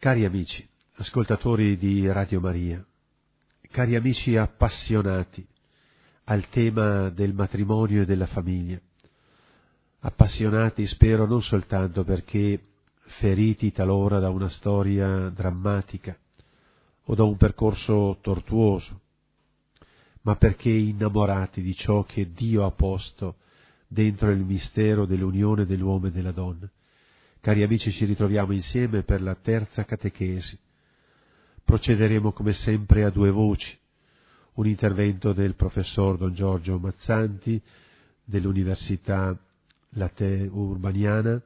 Cari amici, ascoltatori di Radio Maria, cari amici appassionati al tema del matrimonio e della famiglia, appassionati spero non soltanto perché feriti talora da una storia drammatica o da un percorso tortuoso, ma perché innamorati di ciò che Dio ha posto dentro il mistero dell'unione dell'uomo e della donna. Cari amici, ci ritroviamo insieme per la terza catechesi. Procederemo come sempre a due voci, un intervento del professor Don Giorgio Mazzanti dell'Università Latèo Urbaniana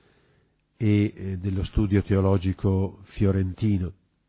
e dello Studio Teologico Fiorentino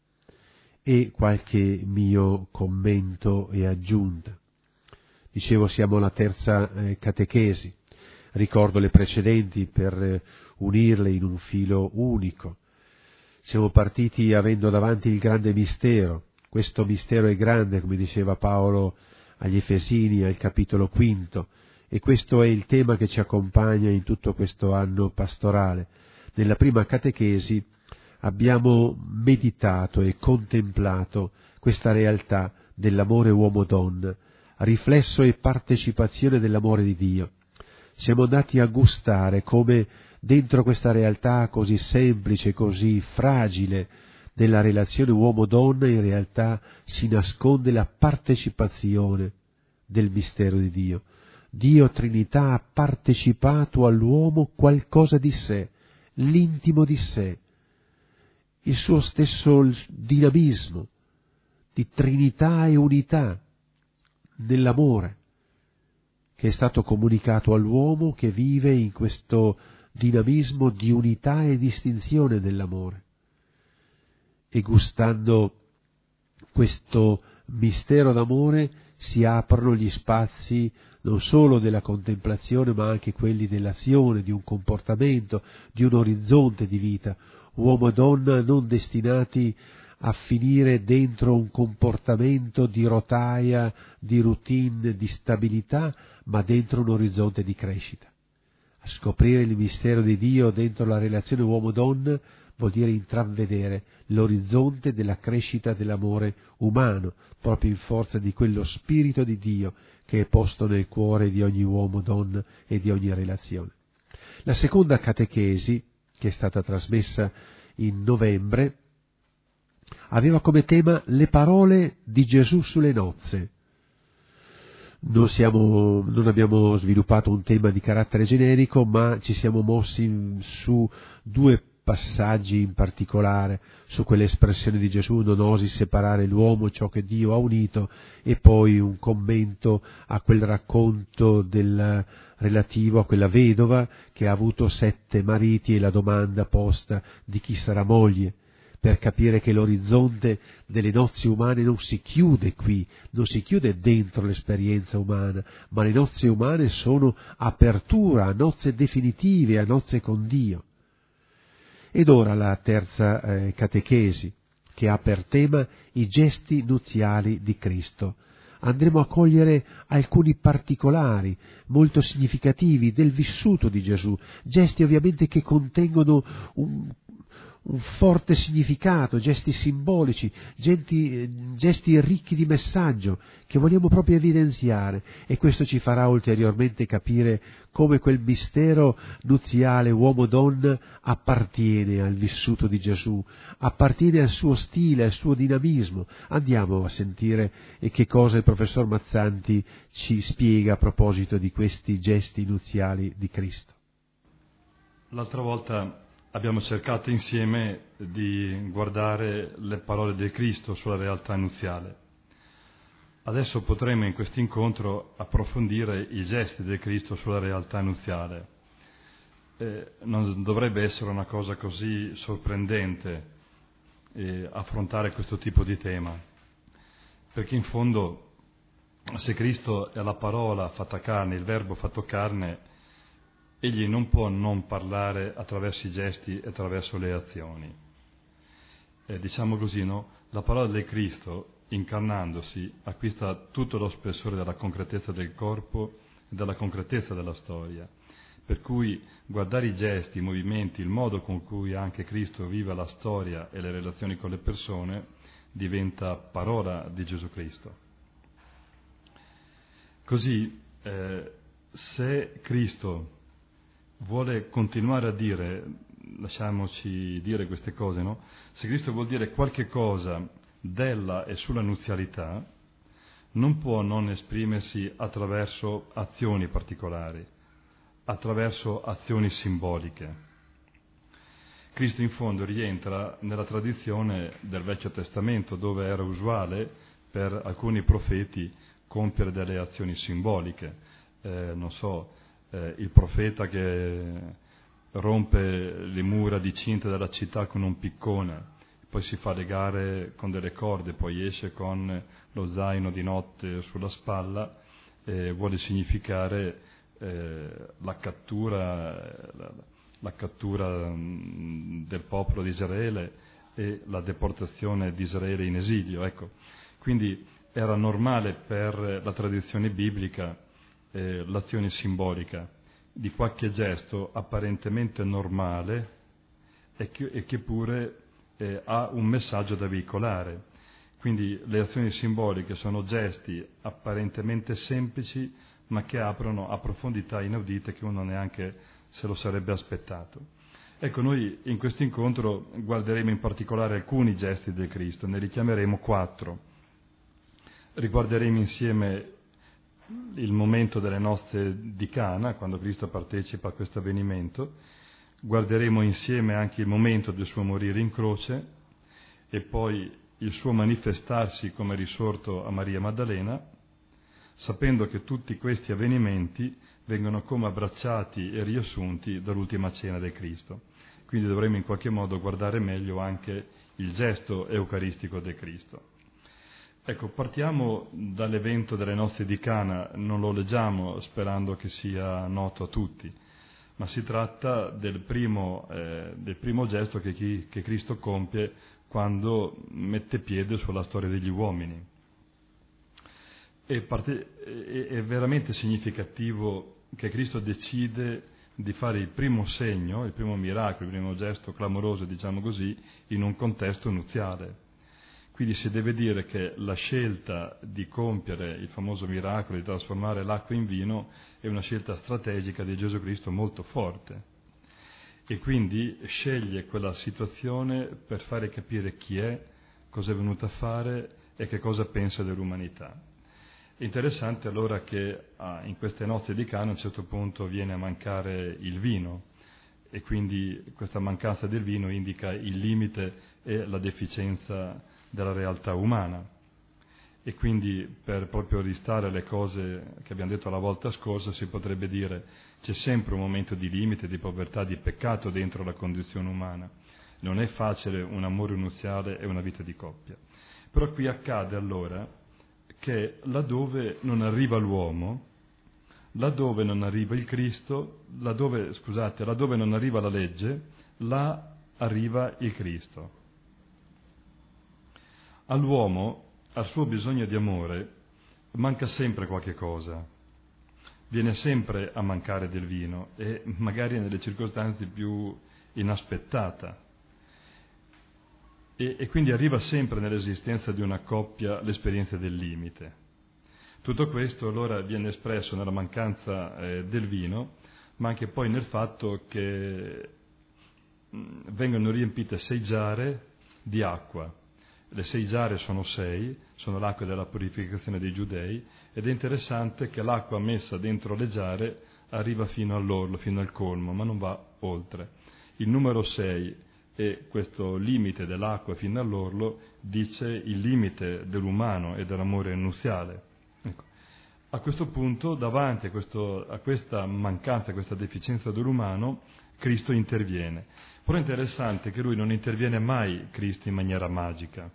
e qualche mio commento e aggiunta. Dicevo, siamo alla terza catechesi. Ricordo le precedenti per unirle in un filo unico. Siamo partiti avendo davanti il grande mistero. Questo mistero è grande, come diceva Paolo agli Efesini al capitolo 5, e questo è il tema che ci accompagna in tutto questo anno pastorale. Nella prima catechesi abbiamo meditato e contemplato questa realtà dell'amore uomo-donna, riflesso e partecipazione dell'amore di Dio. Siamo andati a gustare come dentro questa realtà così semplice, così fragile della relazione uomo-donna in realtà si nasconde la partecipazione del mistero di Dio. Dio Trinità ha partecipato all'uomo qualcosa di sé, l'intimo di sé, il suo stesso dinamismo di Trinità e unità nell'amore che è stato comunicato all'uomo che vive in questo dinamismo di unità e distinzione nell'amore. E gustando questo mistero d'amore si aprono gli spazi non solo della contemplazione ma anche quelli dell'azione, di un comportamento, di un orizzonte di vita, uomo e donna non destinati a finire dentro un comportamento di rotaia, di routine, di stabilità, ma dentro un orizzonte di crescita. A scoprire il mistero di Dio dentro la relazione uomo-donna vuol dire intravedere l'orizzonte della crescita dell'amore umano, proprio in forza di quello spirito di Dio che è posto nel cuore di ogni uomo-donna e di ogni relazione. La seconda catechesi, che è stata trasmessa in novembre, aveva come tema le parole di Gesù sulle nozze. Non abbiamo sviluppato un tema di carattere generico, ma ci siamo mossi su due passaggi in particolare, su quell'espressione di Gesù, non osi separare l'uomo ciò che Dio ha unito, e poi un commento a quel racconto relativo a quella vedova che ha avuto 7 mariti e la domanda posta di chi sarà moglie, per capire che l'orizzonte delle nozze umane non si chiude qui, non si chiude dentro l'esperienza umana, ma le nozze umane sono apertura a nozze definitive, a nozze con Dio. Ed ora la terza catechesi, che ha per tema i gesti nuziali di Cristo. Andremo a cogliere alcuni particolari molto significativi del vissuto di Gesù, gesti ovviamente che contengono un forte significato, gesti simbolici, gesti ricchi di messaggio che vogliamo proprio evidenziare, e questo ci farà ulteriormente capire come quel mistero nuziale uomo-donna appartiene al vissuto di Gesù, appartiene al suo stile, al suo dinamismo. Andiamo a sentire che cosa il professor Mazzanti ci spiega a proposito di questi gesti nuziali di Cristo. L'altra volta abbiamo cercato insieme di guardare le parole di Cristo sulla realtà nuziale. Adesso potremo in questo incontro approfondire i gesti di Cristo sulla realtà nuziale. Non dovrebbe essere una cosa così sorprendente affrontare questo tipo di tema, perché in fondo se Cristo è la parola fatta carne, il verbo fatto carne, egli non può non parlare attraverso i gesti e attraverso le azioni. Diciamo così, no? La parola di Cristo, incarnandosi, acquista tutto lo spessore della concretezza del corpo e della concretezza della storia, Per cui guardare i gesti, i movimenti, il modo con cui anche Cristo vive la storia e le relazioni con le persone diventa parola di Gesù Cristo. Così, se Cristo vuole continuare a dire, lasciamoci dire queste cose, no? Se Cristo vuol dire qualche cosa della e sulla nuzialità, non può non esprimersi attraverso azioni particolari, attraverso azioni simboliche. Cristo in fondo rientra nella tradizione del Vecchio Testamento, dove era usuale per alcuni profeti compiere delle azioni simboliche. Il profeta che rompe le mura di cinta della città con un piccone, poi si fa legare con delle corde, poi esce con lo zaino di notte sulla spalla, vuole significare la cattura del popolo di Israele e la deportazione di Israele in esilio. Ecco. Quindi era normale per la tradizione biblica l'azione simbolica di qualche gesto apparentemente normale e che pure ha un messaggio da veicolare. Quindi le azioni simboliche sono gesti apparentemente semplici, ma che aprono a profondità inaudite che uno neanche se lo sarebbe aspettato. Ecco, noi in questo incontro guarderemo in particolare alcuni gesti del Cristo, ne richiameremo 4. Riguarderemo insieme il momento delle nozze di Cana, quando Cristo partecipa a questo avvenimento, guarderemo insieme anche il momento del suo morire in croce e poi il suo manifestarsi come risorto a Maria Maddalena, sapendo che tutti questi avvenimenti vengono come abbracciati e riassunti dall'ultima cena del Cristo. Quindi dovremo in qualche modo guardare meglio anche il gesto eucaristico del Cristo. Ecco, partiamo dall'evento delle nozze di Cana, non lo leggiamo sperando che sia noto a tutti, ma si tratta del primo gesto che Cristo compie quando mette piede sulla storia degli uomini. È veramente significativo che Cristo decide di fare il primo segno, il primo miracolo, il primo gesto clamoroso, diciamo così, in un contesto nuziale. Quindi si deve dire che la scelta di compiere il famoso miracolo, di trasformare l'acqua in vino, è una scelta strategica di Gesù Cristo molto forte. E quindi sceglie quella situazione per fare capire chi è, cosa è venuto a fare e che cosa pensa dell'umanità. È interessante allora che in queste nozze di Cana a un certo punto viene a mancare il vino e quindi questa mancanza del vino indica il limite e la deficienza della realtà umana. E quindi per proprio ristare alle cose che abbiamo detto la volta scorsa si potrebbe dire c'è sempre un momento di limite, di povertà, di peccato dentro la condizione umana. Non è facile un amore nuziale e una vita di coppia. Però qui accade allora che laddove non arriva l'uomo, laddove non arriva il Cristo, laddove non arriva la legge, là arriva il Cristo. All'uomo, al suo bisogno di amore, manca sempre qualche cosa, viene sempre a mancare del vino e magari nelle circostanze più inaspettate. E quindi arriva sempre nell'esistenza di una coppia l'esperienza del limite. Tutto questo allora viene espresso nella mancanza del vino, ma anche poi nel fatto che vengono riempite 6 giare di acqua. Le 6 giare sono 6, sono l'acqua della purificazione dei giudei, ed è interessante che l'acqua messa dentro le giare arriva fino all'orlo, fino al colmo, ma non va oltre. Il numero 6 e questo limite dell'acqua fino all'orlo dice il limite dell'umano e dell'amore nuziale. Ecco. A questo punto, davanti a questa mancanza, a questa deficienza dell'umano, Cristo interviene. Però è interessante che lui non interviene mai, Cristo, in maniera magica.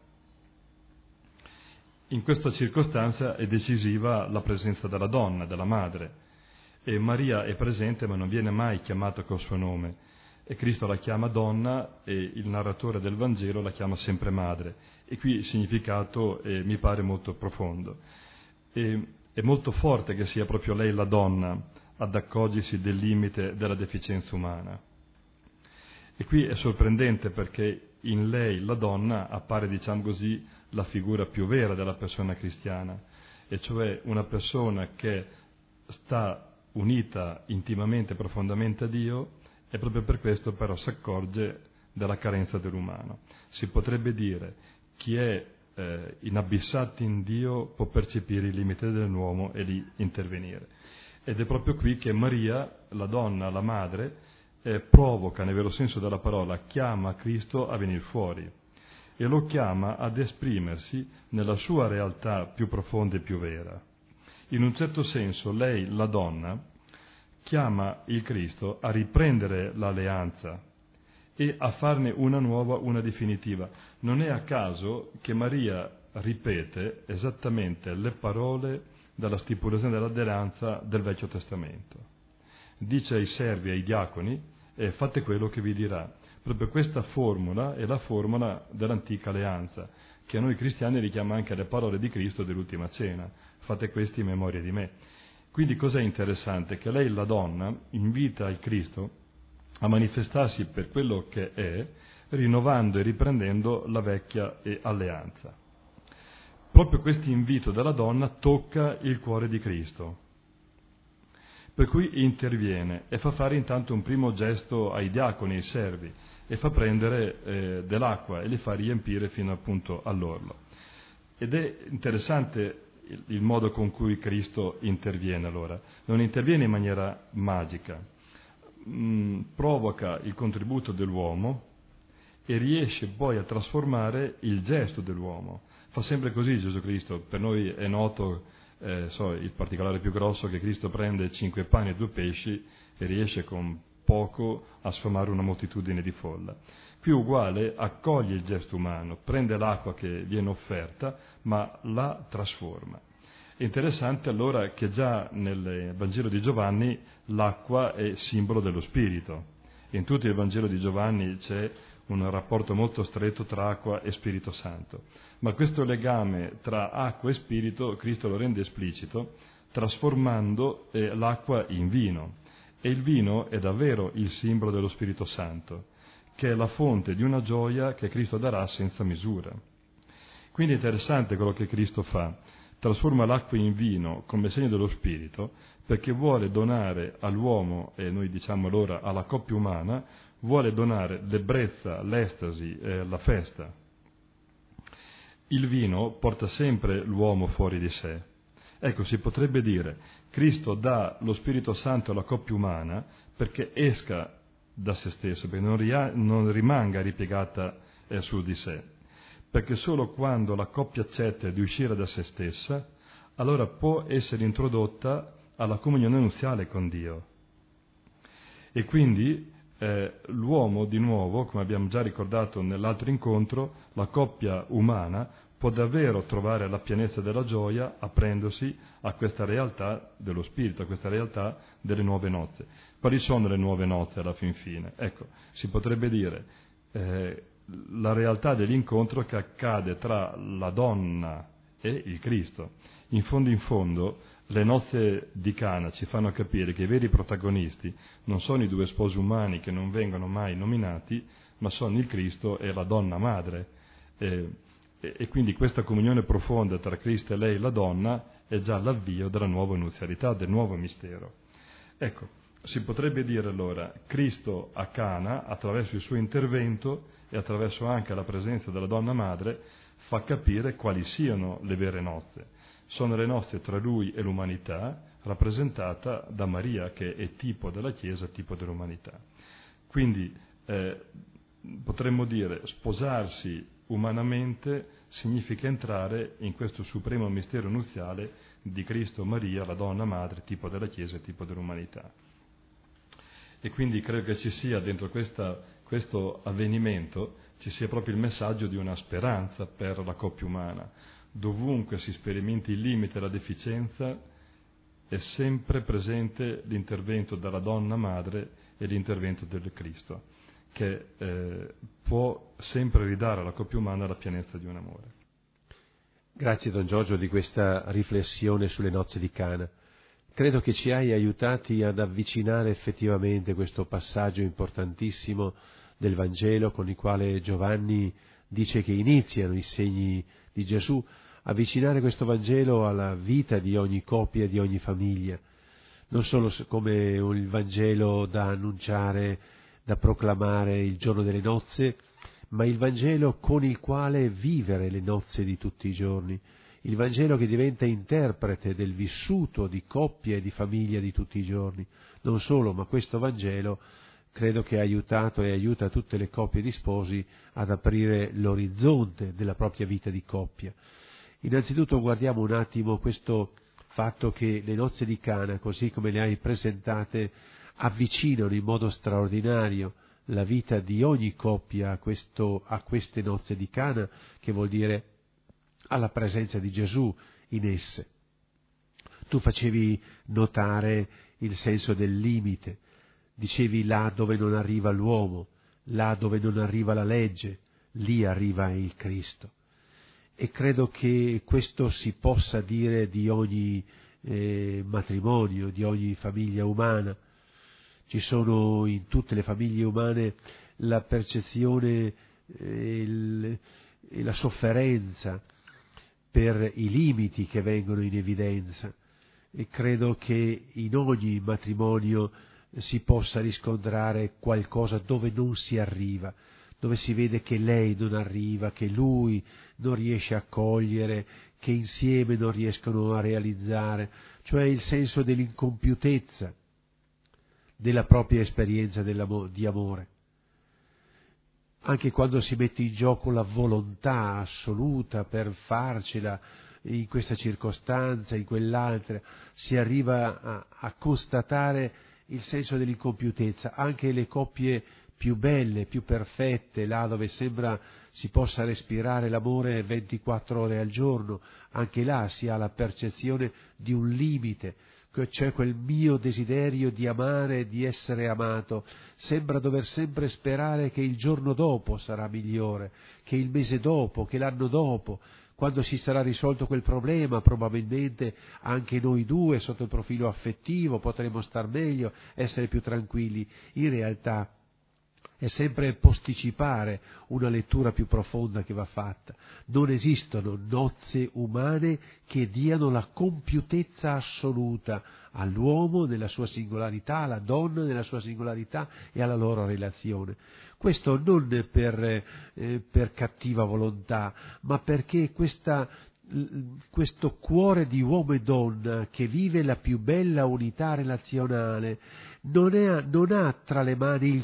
In questa circostanza è decisiva la presenza della donna, della madre, e Maria è presente ma non viene mai chiamata col suo nome. E Cristo la chiama donna e il narratore del Vangelo la chiama sempre madre. E qui il significato mi pare molto profondo. È molto forte che sia proprio lei la donna ad accorgersi del limite della deficienza umana. E qui è sorprendente perché in lei, la donna, appare, diciamo così, la figura più vera della persona cristiana, e cioè una persona che sta unita intimamente e profondamente a Dio, e proprio per questo però si accorge della carenza dell'umano. Si potrebbe dire chi è inabissato in Dio può percepire i limiti dell'uomo e lì intervenire. Ed è proprio qui che Maria, la donna, la madre, provoca, nel vero senso della parola, chiama Cristo a venire fuori e lo chiama ad esprimersi nella sua realtà più profonda e più vera. In un certo senso lei, la donna, chiama il Cristo a riprendere l'alleanza e a farne una nuova, una definitiva. Non è a caso che Maria ripete esattamente le parole della stipulazione dell'alleanza del Vecchio Testamento. Dice ai servi e ai diaconi, fate quello che vi dirà. Proprio questa formula è la formula dell'antica alleanza, che a noi cristiani richiama anche le parole di Cristo dell'ultima cena. Fate questo in memoria di me. Quindi cos'è interessante? Che lei, la donna, invita il Cristo a manifestarsi per quello che è, rinnovando e riprendendo la vecchia alleanza. Proprio questo invito della donna tocca il cuore di Cristo, per cui interviene e fa fare intanto un primo gesto ai diaconi, ai servi, e fa prendere dell'acqua e li fa riempire fino appunto all'orlo. Ed è interessante il modo con cui Cristo interviene allora. Non interviene in maniera magica, provoca il contributo dell'uomo e riesce poi a trasformare il gesto dell'uomo. Fa sempre così Gesù Cristo. Per noi è noto il particolare più grosso, che Cristo prende 5 pani e 2 pesci e riesce con poco a sfamare una moltitudine di folla. Qui uguale, accoglie il gesto umano, prende l'acqua che viene offerta, ma la trasforma. È interessante allora che già nel Vangelo di Giovanni l'acqua è simbolo dello Spirito. In tutto il Vangelo di Giovanni c'è un rapporto molto stretto tra acqua e Spirito Santo. Ma questo legame tra acqua e Spirito Cristo lo rende esplicito trasformando l'acqua in vino. E il vino è davvero il simbolo dello Spirito Santo, che è la fonte di una gioia che Cristo darà senza misura. Quindi è interessante quello che Cristo fa. Trasforma l'acqua in vino come segno dello Spirito, perché vuole donare all'uomo, e noi diciamo allora alla coppia umana, vuole donare l'ebbrezza, l'estasi, la festa. Il vino porta sempre l'uomo fuori di sé. Ecco, si potrebbe dire, Cristo dà lo Spirito Santo alla coppia umana perché esca da se stesso, perché non rimanga ripiegata su di sé. Perché solo quando la coppia accetta di uscire da se stessa, allora può essere introdotta alla comunione nuziale con Dio. E quindi l'uomo, di nuovo, come abbiamo già ricordato nell'altro incontro, la coppia umana può davvero trovare la pienezza della gioia aprendosi a questa realtà dello Spirito, a questa realtà delle nuove nozze. Quali sono le nuove nozze alla fin fine? Ecco, si potrebbe dire la realtà dell'incontro che accade tra la donna e il Cristo. In fondo, le nozze di Cana ci fanno capire che i veri protagonisti non sono i 2 sposi umani che non vengono mai nominati, ma sono il Cristo e la donna madre. E quindi questa comunione profonda tra Cristo e lei, la donna, è già l'avvio della nuova nuzialità, del nuovo mistero. Ecco, si potrebbe dire allora, Cristo a Cana, attraverso il suo intervento e attraverso anche la presenza della donna madre, fa capire quali siano le vere nozze. Sono le nozze tra lui e l'umanità, rappresentata da Maria, che è tipo della Chiesa, tipo dell'umanità. Quindi potremmo dire, sposarsi umanamente significa entrare in questo supremo mistero nuziale di Cristo, Maria, la donna madre, tipo della Chiesa e tipo dell'umanità. E quindi credo che ci sia dentro questo avvenimento, ci sia proprio il messaggio di una speranza per la coppia umana. Dovunque si sperimenti il limite e la deficienza, è sempre presente l'intervento della donna madre e l'intervento del Cristo, che può sempre ridare alla coppia umana la pienezza di un amore. Grazie Don Giorgio di questa riflessione sulle nozze di Cana. credo che ci hai aiutati ad avvicinare effettivamente questo passaggio importantissimo del Vangelo con il quale Giovanni dice che iniziano i segni di Gesù, avvicinare questo Vangelo alla vita di ogni coppia e di ogni famiglia, non solo come il Vangelo da annunciare, da proclamare il giorno delle nozze, ma il Vangelo con il quale vivere le nozze di tutti i giorni, il Vangelo che diventa interprete del vissuto di coppia e di famiglia di tutti i giorni. Non solo, ma questo Vangelo credo che ha aiutato e aiuta tutte le coppie di sposi ad aprire l'orizzonte della propria vita di coppia. Innanzitutto guardiamo un attimo questo fatto che le nozze di Cana, così come le hai presentate, avvicinano in modo straordinario la vita di ogni coppia a queste nozze di Cana, che vuol dire alla presenza di Gesù in esse. Tu facevi notare il senso del limite, dicevi là dove non arriva l'uomo, là dove non arriva la legge, lì arriva il Cristo. E credo che questo si possa dire di ogni matrimonio, di ogni famiglia umana. Ci sono in tutte le famiglie umane la percezione e la sofferenza per i limiti che vengono in evidenza, e credo che in ogni matrimonio si possa riscontrare qualcosa dove non si arriva, dove si vede che lei non arriva, che lui non riesce a cogliere, che insieme non riescono a realizzare, cioè il senso dell'incompiutezza della propria esperienza di amore. Anche quando si mette in gioco la volontà assoluta per farcela in questa circostanza, in quell'altra, si arriva a constatare il senso dell'incompiutezza. Anche le coppie più belle, più perfette, là dove sembra si possa respirare l'amore 24 ore al giorno, anche là si ha la percezione di un limite, cioè quel mio desiderio di amare e di essere amato. Sembra dover sempre sperare che il giorno dopo sarà migliore, che il mese dopo, che l'anno dopo, quando si sarà risolto quel problema, probabilmente anche noi due sotto il profilo affettivo potremo star meglio, essere più tranquilli. In realtà è sempre posticipare una lettura più profonda che va fatta. Non esistono nozze umane che diano la compiutezza assoluta all'uomo nella sua singolarità, alla donna nella sua singolarità e alla loro relazione. Questo non per cattiva volontà, ma perché questo cuore di uomo e donna che vive la più bella unità relazionale non ha tra le mani il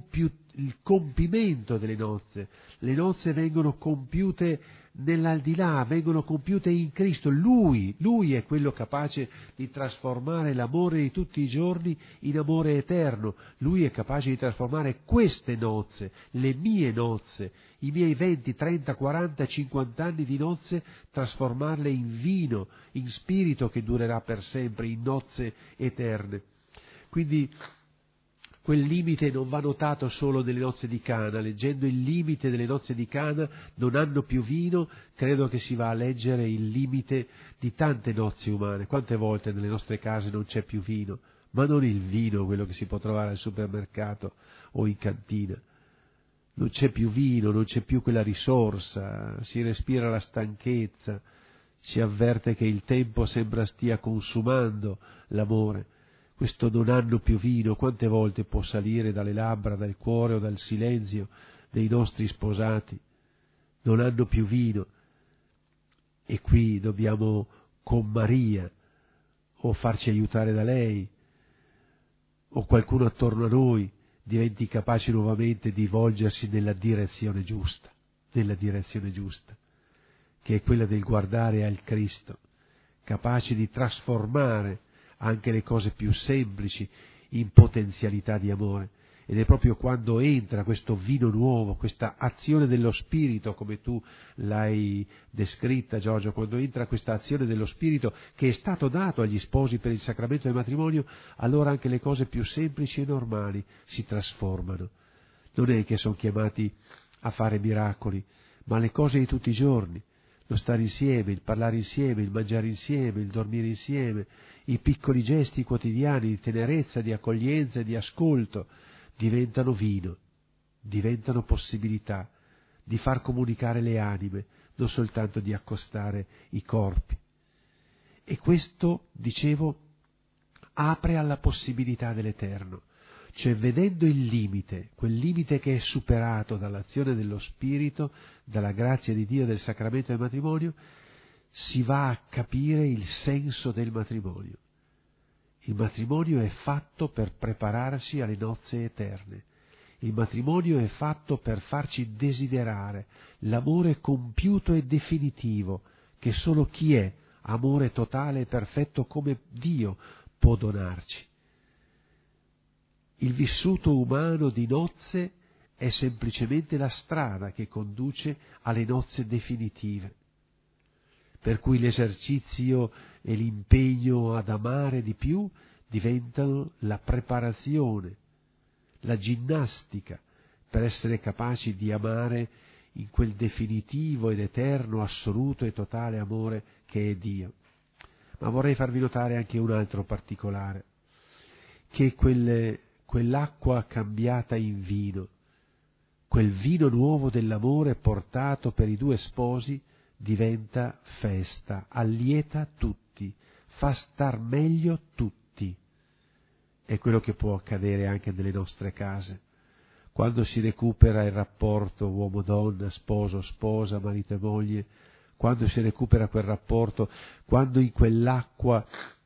compimento delle nozze. Le nozze vengono compiute nell'aldilà, vengono compiute in Cristo. Lui è quello capace di trasformare l'amore di tutti i giorni in amore eterno. Lui è capace di trasformare queste nozze, le mie nozze, i miei 20, 30, 40, 50 anni di nozze, trasformarle in vino, in spirito che durerà per sempre, in nozze eterne. Quindi quel limite non va notato solo nelle nozze di Cana. Leggendo il limite delle nozze di Cana, non hanno più vino, credo che si va a leggere il limite di tante nozze umane. Quante volte nelle nostre case non c'è più vino, ma non il vino, quello che si può trovare al supermercato o in cantina. Non c'è più vino, non c'è più quella risorsa, si respira la stanchezza, si avverte che il tempo sembra stia consumando l'amore. Questo non hanno più vino, quante volte può salire dalle labbra, dal cuore o dal silenzio dei nostri sposati? Non hanno più vino. E qui dobbiamo con Maria o farci aiutare da lei o qualcuno attorno a noi diventi capace nuovamente di volgersi nella direzione giusta, che è quella del guardare al Cristo, capace di trasformare anche le cose più semplici in potenzialità di amore. Ed è proprio quando entra questo vino nuovo, questa azione dello Spirito, come tu l'hai descritta, Giorgio, quando entra questa azione dello Spirito che è stato dato agli sposi per il sacramento del matrimonio, allora anche le cose più semplici e normali si trasformano. Non è che sono chiamati a fare miracoli, ma le cose di tutti i giorni. lo stare insieme, il parlare insieme, il mangiare insieme, il dormire insieme, i piccoli gesti quotidiani di tenerezza, di accoglienza e di ascolto diventano vino, diventano possibilità di far comunicare le anime, non soltanto di accostare i corpi. E questo, dicevo, apre alla possibilità dell'eterno, cioè vedendo il limite, quel limite che è superato dall'azione dello Spirito, dalla grazia di Dio del sacramento del matrimonio, si va a capire il senso del matrimonio. Il matrimonio è fatto per prepararci alle nozze eterne. Il matrimonio è fatto per farci desiderare l'amore compiuto e definitivo che solo chi è amore totale e perfetto come Dio può donarci. Il vissuto umano di nozze è semplicemente la strada che conduce alle nozze definitive, per cui l'esercizio e l'impegno ad amare di più diventano la preparazione, la ginnastica per essere capaci di amare in quel definitivo ed eterno, assoluto e totale amore che è Dio. Ma vorrei farvi notare anche un altro particolare, che quell'acqua cambiata in vino, quel vino nuovo dell'amore portato per i due sposi, diventa festa, allieta tutti, fa star meglio tutti. È quello che può accadere anche nelle nostre case, quando si recupera il rapporto uomo-donna, sposo-sposa, marito e moglie, quando si recupera quel rapporto, quando in quell'acqua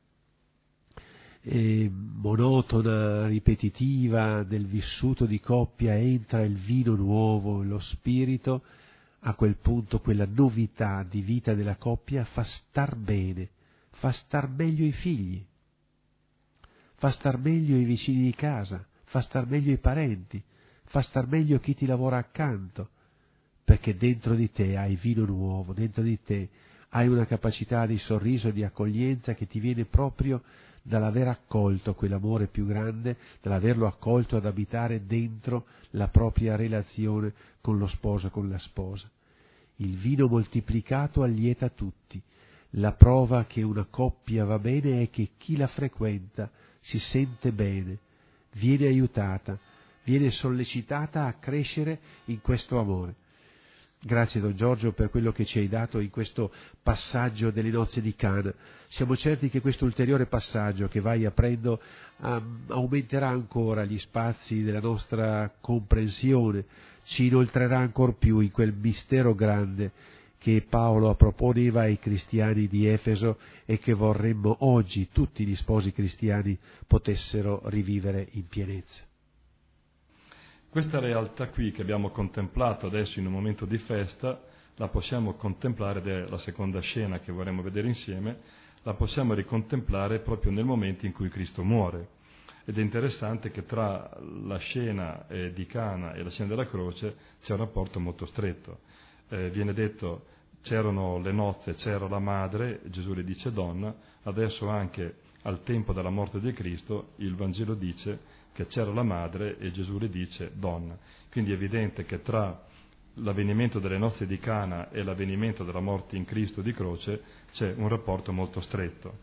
monotona, ripetitiva del vissuto di coppia entra il vino nuovo, lo spirito, a quel punto quella novità di vita della coppia fa star bene, fa star meglio i figli, fa star meglio i vicini di casa, fa star meglio i parenti, fa star meglio chi ti lavora accanto, perché dentro di te hai vino nuovo, dentro di te hai una capacità di sorriso e di accoglienza che ti viene proprio dall'aver accolto quell'amore più grande, dall'averlo accolto ad abitare dentro la propria relazione con lo sposo e con la sposa. Il vino moltiplicato allieta tutti. La prova che una coppia va bene è che chi la frequenta si sente bene, viene aiutata, viene sollecitata a crescere in questo amore. Grazie Don Giorgio per quello che ci hai dato in questo passaggio delle nozze di Cana. Siamo certi che questo ulteriore passaggio che vai aprendo aumenterà ancora gli spazi della nostra comprensione, ci inoltrerà ancor più in quel mistero grande che Paolo proponeva ai cristiani di Efeso e che vorremmo oggi tutti gli sposi cristiani potessero rivivere in pienezza. Questa realtà qui che abbiamo contemplato adesso in un momento di festa, la possiamo contemplare, ed è la seconda scena che vorremmo vedere insieme, la possiamo ricontemplare proprio nel momento in cui Cristo muore. Ed è interessante che tra la scena di Cana e la scena della croce c'è un rapporto molto stretto. Viene detto c'erano le nozze, c'era la madre, Gesù le dice donna, adesso anche al tempo della morte di Cristo il Vangelo dice che c'era la madre e Gesù le dice donna. Quindi è evidente che tra l'avvenimento delle nozze di Cana e l'avvenimento della morte in Cristo di croce c'è un rapporto molto stretto.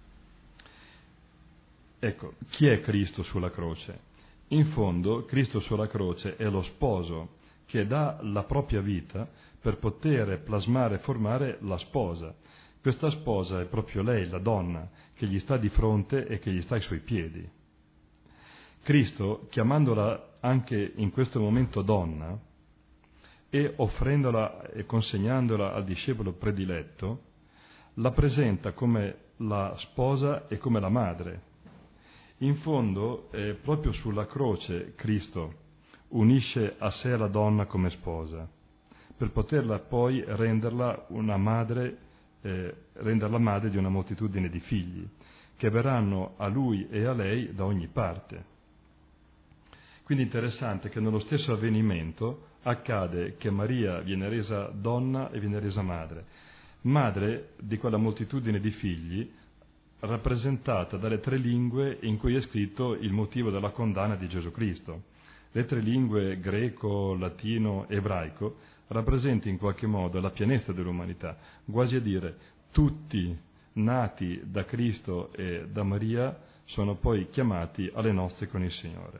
Ecco, chi è Cristo sulla croce? In fondo Cristo sulla croce è lo sposo che dà la propria vita per poter plasmare e formare la sposa. Questa sposa è proprio lei, la donna, che gli sta di fronte e che gli sta ai suoi piedi. Cristo, chiamandola anche in questo momento donna e offrendola e consegnandola al discepolo prediletto, la presenta come la sposa e come la madre. In fondo, proprio sulla croce Cristo unisce a sé la donna come sposa, per poterla poi renderla madre di una moltitudine di figli, che verranno a lui e a lei da ogni parte. Quindi è interessante che nello stesso avvenimento accade che Maria viene resa donna e viene resa madre di quella moltitudine di figli rappresentata dalle 3 lingue in cui è scritto il motivo della condanna di Gesù Cristo. Le 3 lingue greco, latino, ebraico rappresenta in qualche modo la pienezza dell'umanità, quasi a dire tutti nati da Cristo e da Maria sono poi chiamati alle nozze con il Signore.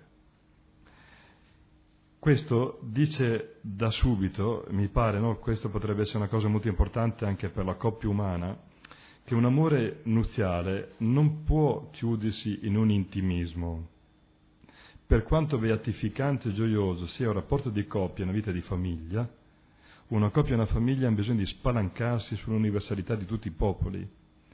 Questo dice da subito, mi pare, no? Questo potrebbe essere una cosa molto importante anche per la coppia umana, che un amore nuziale non può chiudersi in un intimismo. Per quanto beatificante e gioioso sia un rapporto di coppia e una vita di famiglia, una coppia e una famiglia hanno bisogno di spalancarsi sull'universalità di tutti i popoli.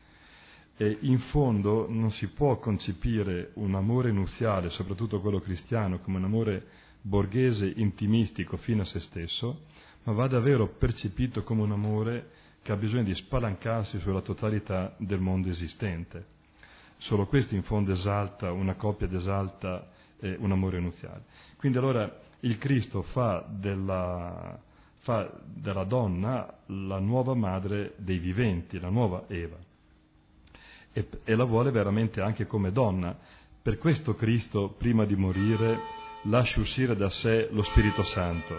E in fondo non si può concepire un amore nuziale, soprattutto quello cristiano, come un amore borghese, intimistico, fino a se stesso, ma va davvero percepito come un amore che ha bisogno di spalancarsi sulla totalità del mondo esistente. Solo questo in fondo esalta una coppia ed esalta un amore nuziale. Quindi allora il Cristo fa della donna la nuova madre dei viventi, la nuova Eva, e la vuole veramente anche come donna. Per questo Cristo, prima di morire, lascia uscire da sé lo Spirito Santo.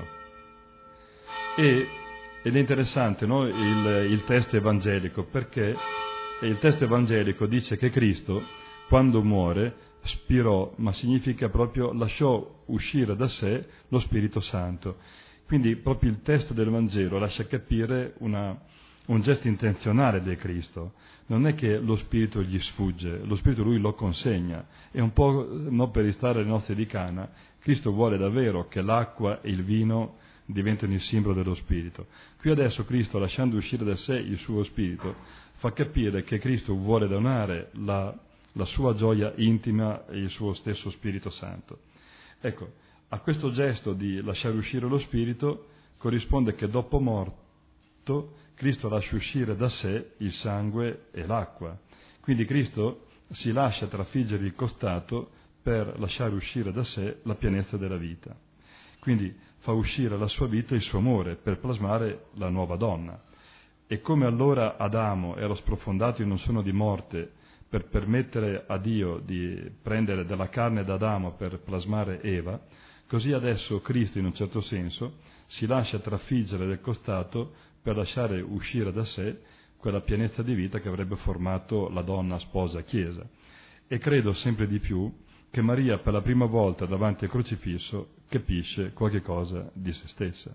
Ed è interessante, no? il testo evangelico, perché il testo evangelico dice che Cristo, quando muore, spirò, ma significa proprio lasciò uscire da sé lo Spirito Santo. Quindi proprio il testo del Vangelo lascia capire un gesto intenzionale di Cristo. Non è che lo Spirito gli sfugge, lo Spirito lui lo consegna. E un po', no, per ristare alle nostre di Cana, Cristo vuole davvero che l'acqua e il vino diventano il simbolo dello Spirito. Qui adesso Cristo, lasciando uscire da sé il suo Spirito, fa capire che Cristo vuole donare la sua gioia intima e il suo stesso Spirito Santo. Ecco, a questo gesto di lasciare uscire lo Spirito corrisponde che dopo morto Cristo lascia uscire da sé il sangue e l'acqua. Quindi Cristo si lascia trafiggere il costato per lasciare uscire da sé la pienezza della vita. Quindi fa uscire la sua vita il suo amore per plasmare la nuova donna. E come allora Adamo era sprofondato in un sonno di morte per permettere a Dio di prendere della carne d'Adamo per plasmare Eva, così adesso Cristo, in un certo senso, si lascia trafiggere del costato per lasciare uscire da sé quella pienezza di vita che avrebbe formato la donna sposa Chiesa. E credo sempre di più che Maria per la prima volta davanti al crocifisso capisce qualche cosa di se stessa.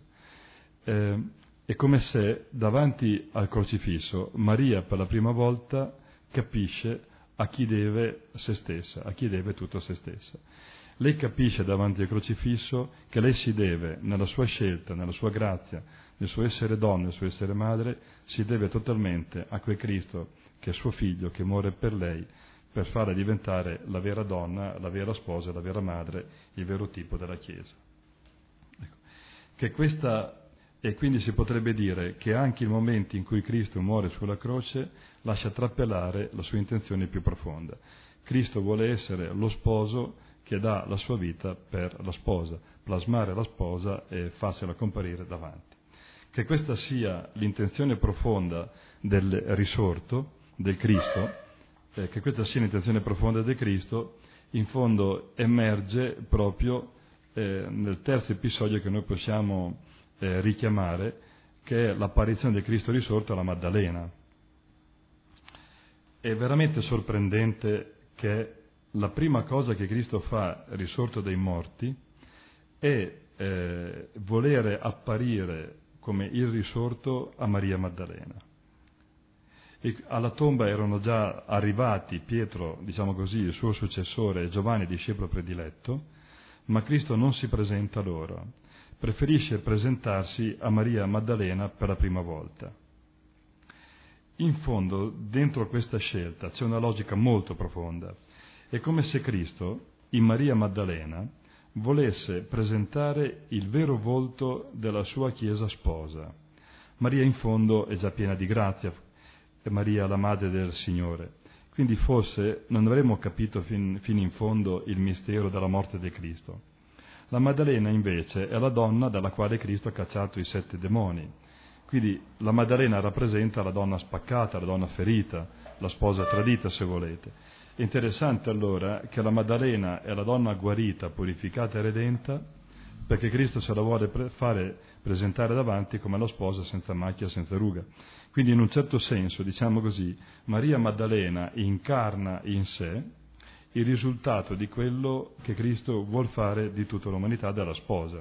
È come se davanti al crocifisso Maria per la prima volta capisce a chi deve se stessa, a chi deve tutto se stessa. Lei capisce davanti al crocifisso che lei si deve, nella sua scelta, nella sua grazia, nel suo essere donna, nel suo essere madre, si deve totalmente a quel Cristo che è suo figlio, che muore per lei, per farla diventare la vera donna, la vera sposa, la vera madre, il vero tipo della Chiesa. Ecco. Che questa, e quindi si potrebbe dire che anche il momento in cui Cristo muore sulla croce lascia trapelare la sua intenzione più profonda. Cristo vuole essere lo sposo che dà la sua vita per la sposa, plasmare la sposa e farsela comparire davanti. Che questa sia l'intenzione profonda del risorto, del Cristo, che questa sia l'intenzione profonda del Cristo, in fondo emerge proprio nel terzo episodio che noi possiamo richiamare, che è l'apparizione del Cristo risorto alla Maddalena. È veramente sorprendente che la prima cosa che Cristo fa risorto dai morti è volere apparire come il risorto a Maria Maddalena. E alla tomba erano già arrivati Pietro, diciamo così, il suo successore, e Giovanni, discepolo prediletto, ma Cristo non si presenta loro, preferisce presentarsi a Maria Maddalena per la prima volta. In fondo, dentro questa scelta c'è una logica molto profonda. È come se Cristo, in Maria Maddalena, volesse presentare il vero volto della sua Chiesa sposa. Maria in fondo è già piena di grazia, è Maria la madre del Signore. Quindi forse non avremmo capito fino in fondo il mistero della morte di Cristo. La Maddalena invece è la donna dalla quale Cristo ha cacciato i 7 demoni. Quindi la Maddalena rappresenta la donna spaccata, la donna ferita, la sposa tradita se volete. È interessante allora che la Maddalena è la donna guarita, purificata e redenta, perché Cristo se la vuole fare presentare davanti come la sposa senza macchia, senza ruga. Quindi in un certo senso, diciamo così, Maria Maddalena incarna in sé il risultato di quello che Cristo vuol fare di tutta l'umanità, della sposa.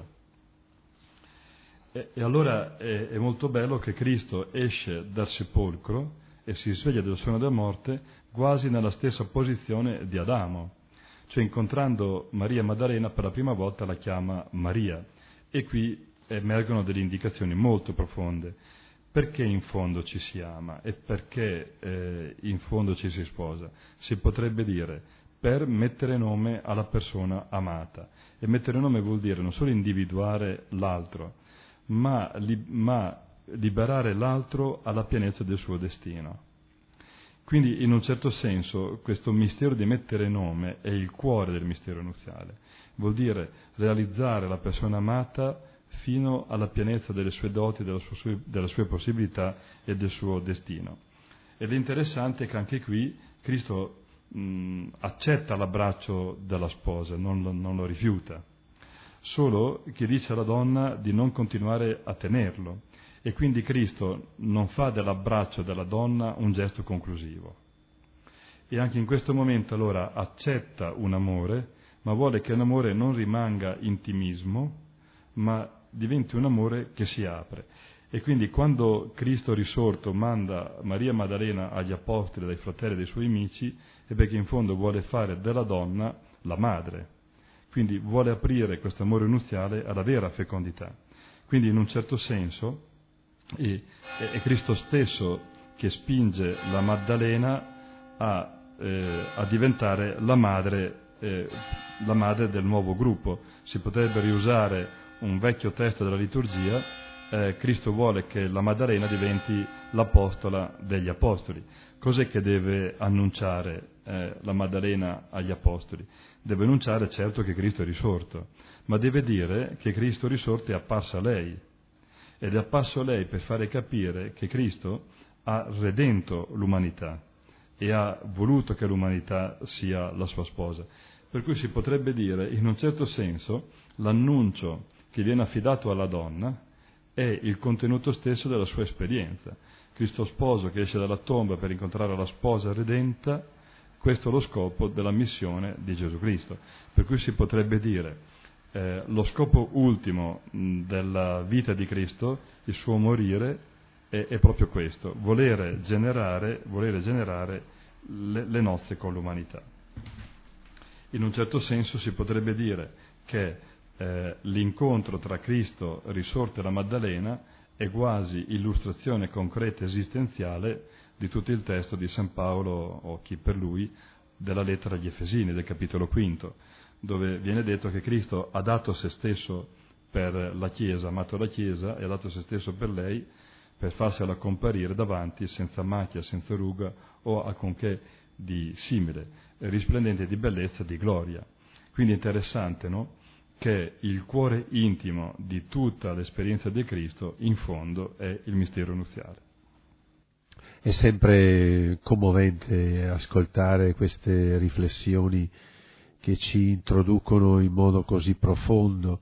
E allora è molto bello che Cristo esce dal sepolcro e si sveglia dal sonno della morte quasi nella stessa posizione di Adamo. Cioè, incontrando Maria Maddalena per la prima volta la chiama Maria, e qui emergono delle indicazioni molto profonde. Perché in fondo ci si ama e perché in fondo ci si sposa? Si potrebbe dire per mettere nome alla persona amata, e mettere nome vuol dire non solo individuare l'altro, ma liberare l'altro alla pienezza del suo destino. Quindi in un certo senso questo mistero di mettere nome è il cuore del mistero nuziale, vuol dire realizzare la persona amata fino alla pienezza delle sue doti, delle sue possibilità e del suo destino. Ed è interessante che anche qui Cristo accetta l'abbraccio della sposa, non lo rifiuta, solo che dice alla donna di non continuare a tenerlo. E quindi Cristo non fa dell'abbraccio della donna un gesto conclusivo. E anche in questo momento allora accetta un amore, ma vuole che l'amore non rimanga intimismo, ma diventi un amore che si apre. E quindi quando Cristo risorto manda Maria Maddalena agli apostoli, dai fratelli e dai suoi amici, è perché in fondo vuole fare della donna la madre. Quindi vuole aprire questo amore nuziale alla vera fecondità. Quindi in un certo senso è Cristo stesso che spinge la Maddalena a diventare la madre del nuovo gruppo. Si potrebbe riusare un vecchio testo della liturgia, Cristo vuole che la Maddalena diventi l'apostola degli apostoli. Cos'è che deve annunciare la Maddalena agli apostoli? Deve annunciare certo che Cristo è risorto, ma deve dire che Cristo risorto è apparso a lei. Ed è apparso a lei per fare capire che Cristo ha redento l'umanità e ha voluto che l'umanità sia la sua sposa. Per cui si potrebbe dire, in un certo senso, l'annuncio che viene affidato alla donna è il contenuto stesso della sua esperienza. Cristo sposo che esce dalla tomba per incontrare la sposa redenta, questo è lo scopo della missione di Gesù Cristo. Per cui si potrebbe dire, lo scopo ultimo della vita di Cristo, il suo morire, è proprio questo, volere generare le nozze con l'umanità. In un certo senso si potrebbe dire che l'incontro tra Cristo risorto e la Maddalena è quasi illustrazione concreta esistenziale di tutto il testo di San Paolo, o chi per lui, della lettera agli Efesini, del capitolo 5, dove viene detto che Cristo ha dato se stesso per la Chiesa, ha amato la Chiesa e ha dato se stesso per lei, per farsela comparire davanti senza macchia, senza ruga o alcunché di simile, risplendente di bellezza e di gloria. Quindi è interessante, no? Che il cuore intimo di tutta l'esperienza di Cristo, in fondo, è il mistero nuziale. È sempre commovente ascoltare queste riflessioni che ci introducono in modo così profondo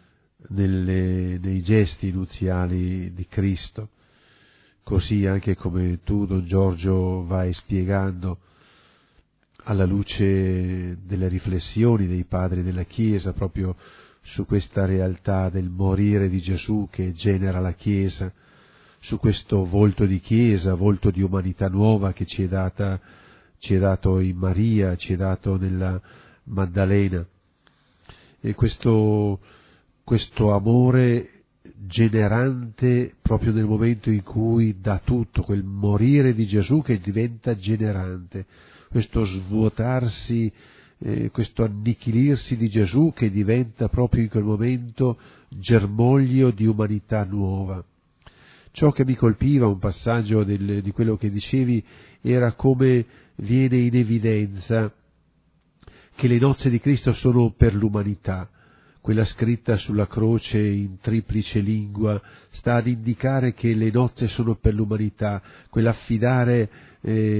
nei gesti nuziali di Cristo, così anche come tu, Don Giorgio, vai spiegando alla luce delle riflessioni dei padri della Chiesa proprio su questa realtà del morire di Gesù che genera la Chiesa, su questo volto di Chiesa, volto di umanità nuova che ci è dato in Maria, ci è dato nella Maddalena. E questo amore generante proprio nel momento in cui dà tutto, quel morire di Gesù che diventa generante, questo svuotarsi, questo annichilirsi di Gesù che diventa proprio in quel momento germoglio di umanità nuova. Ciò che mi colpiva, un passaggio di quello che dicevi, era come viene in evidenza che le nozze di Cristo sono per l'umanità. Quella scritta sulla croce in triplice lingua sta ad indicare che le nozze sono per l'umanità, quell'affidare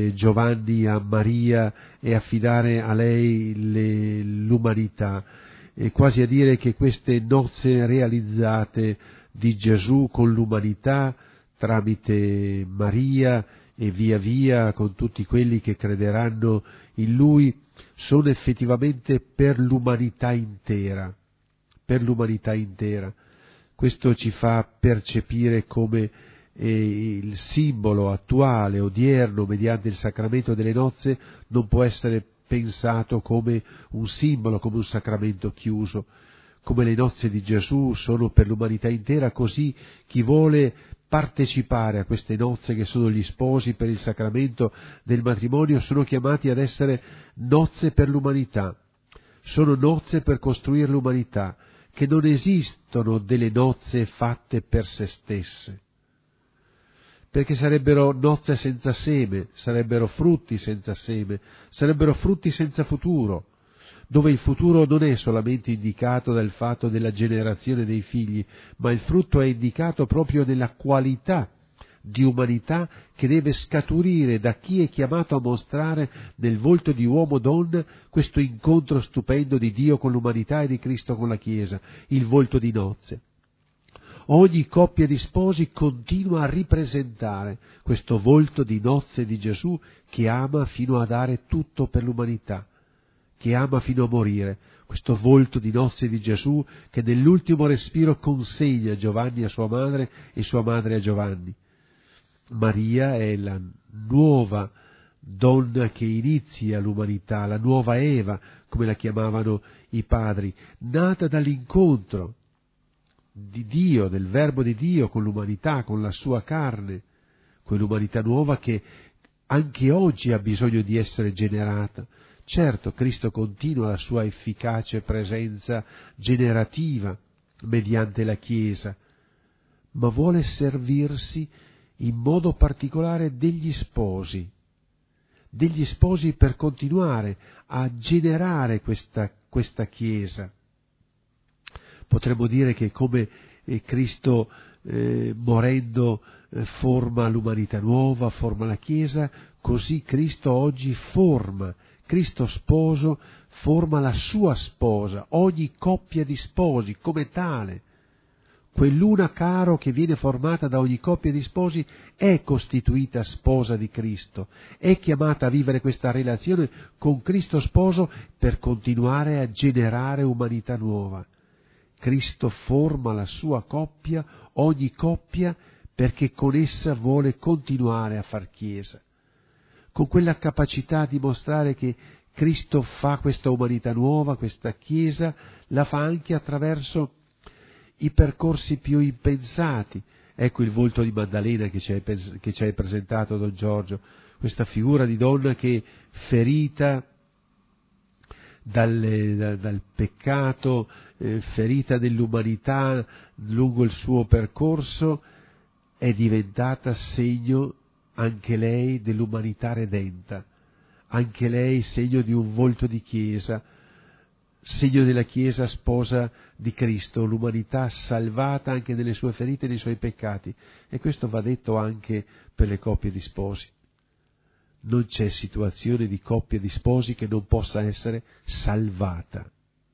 Giovanni a Maria e affidare a lei l'umanità. quasi a dire che queste nozze realizzate di Gesù con l'umanità tramite Maria e via via con tutti quelli che crederanno in Lui sono effettivamente per l'umanità intera, per l'umanità intera. Questo ci fa percepire come il simbolo attuale, odierno, mediante il sacramento delle nozze, non può essere pensato come un simbolo, come un sacramento chiuso. Come le nozze di Gesù sono per l'umanità intera, così chi vuole partecipare a queste nozze che sono gli sposi per il sacramento del matrimonio sono chiamati ad essere nozze per l'umanità. Sono nozze per costruire l'umanità, che non esistono delle nozze fatte per se stesse, perché sarebbero nozze senza seme, sarebbero frutti senza seme, sarebbero frutti senza futuro, dove il futuro non è solamente indicato dal fatto della generazione dei figli, ma il frutto è indicato proprio nella qualità di umanità che deve scaturire da chi è chiamato a mostrare nel volto di uomo-donna questo incontro stupendo di Dio con l'umanità e di Cristo con la Chiesa, il volto di nozze. Ogni coppia di sposi continua a ripresentare questo volto di nozze di Gesù che ama fino a dare tutto per l'umanità, che ama fino a morire, questo volto di nozze di Gesù che nell'ultimo respiro consegna Giovanni a sua madre e sua madre a Giovanni. Maria è la nuova donna che inizia l'umanità, la nuova Eva, come la chiamavano i padri, nata dall'incontro di Dio, del Verbo di Dio con l'umanità, con la sua carne, quell'umanità nuova che anche oggi ha bisogno di essere generata. Certo, Cristo continua la sua efficace presenza generativa mediante la Chiesa, ma vuole servirsi in modo particolare degli sposi per continuare a generare questa Chiesa. Potremmo dire che come Cristo morendo forma l'umanità nuova, forma la Chiesa, così Cristo oggi forma, Cristo sposo forma la sua sposa, ogni coppia di sposi come tale. Quell'una caro che viene formata da ogni coppia di sposi è costituita sposa di Cristo, è chiamata a vivere questa relazione con Cristo sposo per continuare a generare umanità nuova. Cristo forma la sua coppia, ogni coppia, perché con essa vuole continuare a far Chiesa, con quella capacità di mostrare che Cristo fa questa umanità nuova, questa Chiesa, la fa anche attraverso i percorsi più impensati. Ecco il volto di Maddalena che ci hai presentato, Don Giorgio, questa figura di donna che, ferita dal peccato, ferita dell'umanità lungo il suo percorso, è diventata segno anche lei dell'umanità redenta, anche lei segno di un volto di Chiesa, segno della Chiesa sposa di Cristo, l'umanità salvata anche nelle sue ferite e nei suoi peccati. E questo va detto anche per le coppie di sposi. Non c'è situazione di coppia di sposi che non possa essere salvata.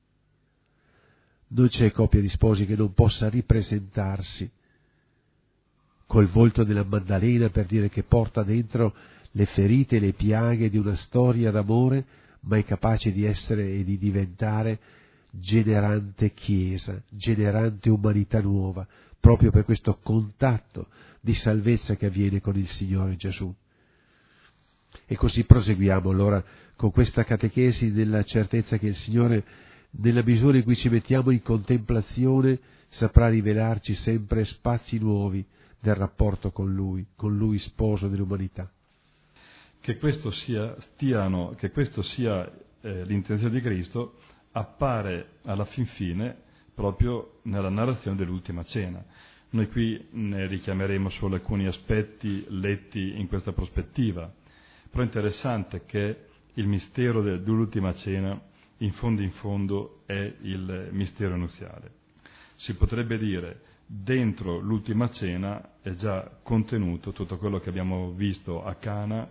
Non c'è coppia di sposi che non possa ripresentarsi col volto della Maddalena, per dire che porta dentro le ferite e le piaghe di una storia d'amore, ma è capace di essere e di diventare generante Chiesa, generante umanità nuova, proprio per questo contatto di salvezza che avviene con il Signore Gesù. E così proseguiamo allora con questa catechesi nella certezza che il Signore, nella misura in cui ci mettiamo in contemplazione, saprà rivelarci sempre spazi nuovi del rapporto con Lui sposo dell'umanità. Che questo sia l'intenzione di Cristo appare alla fin fine proprio nella narrazione dell'ultima cena. Noi qui ne richiameremo solo alcuni aspetti letti in questa prospettiva, però è interessante che il mistero dell'ultima cena in fondo è il mistero nuziale. Si potrebbe dire, dentro l'ultima cena è già contenuto tutto quello che abbiamo visto a Cana,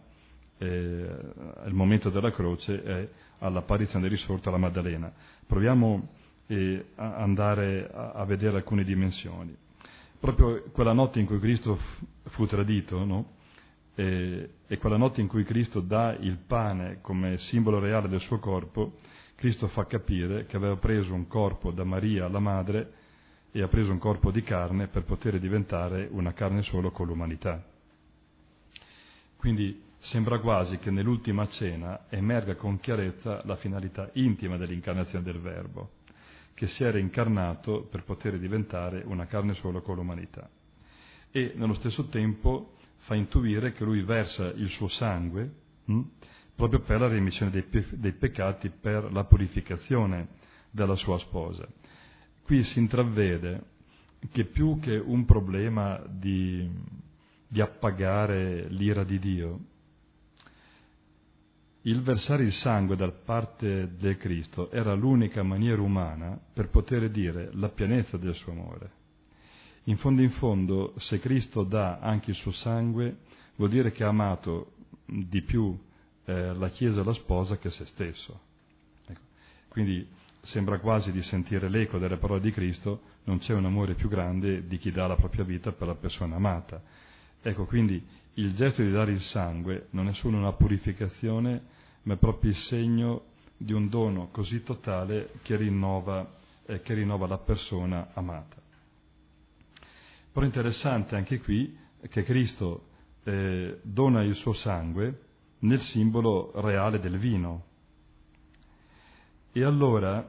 al momento della croce e all'apparizione del risorto alla Maddalena. Proviamo e andare a vedere alcune dimensioni. Proprio quella notte in cui Cristo fu tradito, no? E quella notte in cui Cristo dà il pane come simbolo reale del suo corpo, Cristo fa capire che aveva preso un corpo da Maria, la madre, e ha preso un corpo di carne per poter diventare una carne solo con l'umanità. Quindi sembra quasi che nell'ultima cena emerga con chiarezza la finalità intima dell'incarnazione del Verbo, che si era incarnato per poter diventare una carne solo con l'umanità. E nello stesso tempo fa intuire che lui versa il suo sangue proprio per la remissione dei peccati, per la purificazione della sua sposa. Qui si intravede che più che un problema di appagare l'ira di Dio, il versare il sangue da parte del Cristo era l'unica maniera umana per poter dire la pienezza del suo amore. In fondo, se Cristo dà anche il suo sangue, vuol dire che ha amato di più la Chiesa e la sposa che se stesso. Ecco. Quindi sembra quasi di sentire l'eco delle parole di Cristo: non c'è un amore più grande di chi dà la propria vita per la persona amata. Ecco, quindi il gesto di dare il sangue non è solo una purificazione, ma è proprio il segno di un dono così totale che rinnova la persona amata. Però è interessante anche qui che Cristo dona il suo sangue nel simbolo reale del vino. E allora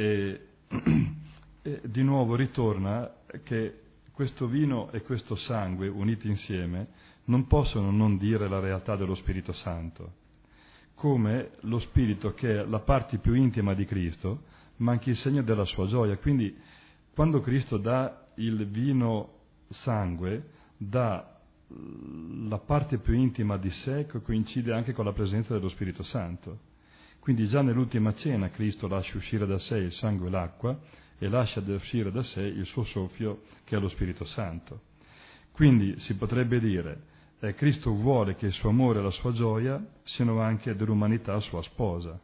di nuovo ritorna che questo vino e questo sangue uniti insieme non possono non dire la realtà dello Spirito Santo, come lo Spirito, che è la parte più intima di Cristo, ma anche il segno della sua gioia. Quindi quando Cristo dà il vino sangue, dà la parte più intima di sé, che coincide anche con la presenza dello Spirito Santo. Quindi già nell'ultima cena Cristo lascia uscire da sé il sangue e l'acqua e lascia uscire da sé il suo soffio, che è lo Spirito Santo. Quindi si potrebbe dire Cristo vuole che il suo amore e la sua gioia siano anche dell'umanità sua sposa.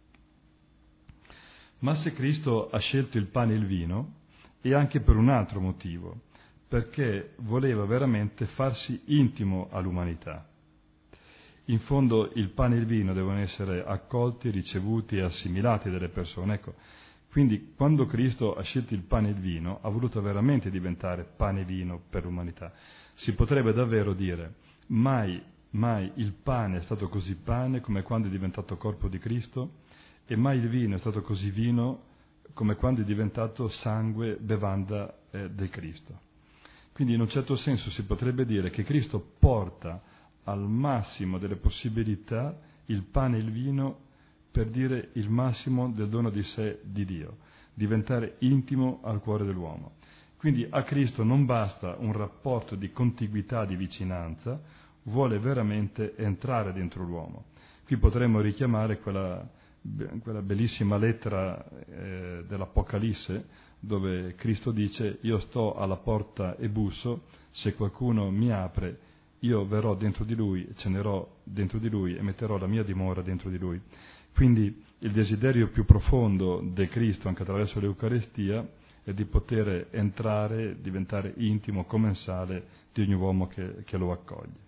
Ma se Cristo ha scelto il pane e il vino, è anche per un altro motivo, perché voleva veramente farsi intimo all'umanità. In fondo il pane e il vino devono essere accolti, ricevuti e assimilati dalle persone. Ecco, quindi quando Cristo ha scelto il pane e il vino, ha voluto veramente diventare pane e vino per l'umanità. Si potrebbe davvero dire: mai il pane è stato così pane come quando è diventato corpo di Cristo, e mai il vino è stato così vino come quando è diventato sangue, bevanda del Cristo. Quindi in un certo senso si potrebbe dire che Cristo porta al massimo delle possibilità il pane e il vino per dire il massimo del dono di sé di Dio, diventare intimo al cuore dell'uomo. Quindi a Cristo non basta un rapporto di contiguità, di vicinanza, vuole veramente entrare dentro l'uomo. Qui potremmo richiamare quella bellissima lettera dell'Apocalisse, dove Cristo dice: io sto alla porta e busso, se qualcuno mi apre io verrò dentro di lui, cenerò dentro di lui e metterò la mia dimora dentro di lui. Quindi il desiderio più profondo del Cristo, anche attraverso l'Eucaristia, è di poter entrare, diventare intimo, commensale di ogni uomo che lo accoglie.